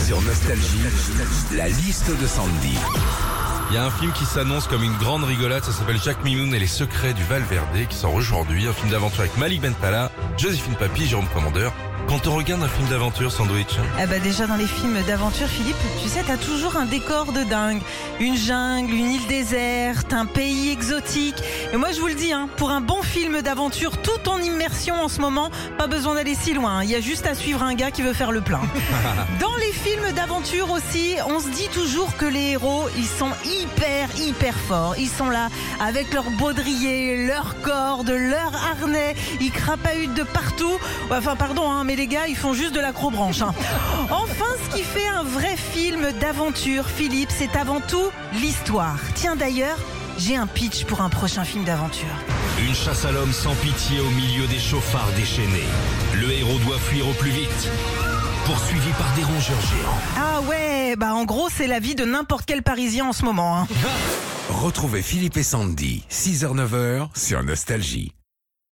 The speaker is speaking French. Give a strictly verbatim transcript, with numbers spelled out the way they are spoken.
Sur Nostalgie, la liste de Sandy. Il y a un film qui s'annonce comme une grande rigolade, ça s'appelle Jacques Mimoun et les secrets du Valverde, qui sort aujourd'hui, un film d'aventure avec Malik Bentala, Joséphine Papy, Jérôme Commandeur. Quand on regarde un film d'aventure, Sandwich, Eh bah déjà dans les films d'aventure, Philippe, tu sais, t'as toujours un décor de dingue. Une jungle, une île déserte, un pays exotique. Et moi je vous le dis, hein, pour un bon film d'aventure, tout en immersion en ce moment, pas besoin d'aller si loin. Il y a juste à suivre un gars qui veut faire le plein. Dans les films d'aventure aussi, on se dit toujours que les héros, ils sont hyper, hyper forts. Ils sont là avec leur baudrier, leurs cordes, leurs harnais. Ils crapahutent de partout. Enfin, pardon, hein, mais les gars, ils font juste de l'acrobranche. Hein. Enfin, ce qui fait un vrai film d'aventure, Philippe, c'est avant tout l'histoire. Tiens, d'ailleurs, j'ai un pitch pour un prochain film d'aventure. Une chasse à l'homme sans pitié au milieu des chauffards déchaînés. Le héros doit fuir au plus vite, poursuivi par des rongeurs géants. Ah ouais, bah en gros, c'est la vie de n'importe quel Parisien en ce moment. Hein. Retrouvez Philippe et Sandy, six heures neuf heures sur Nostalgie.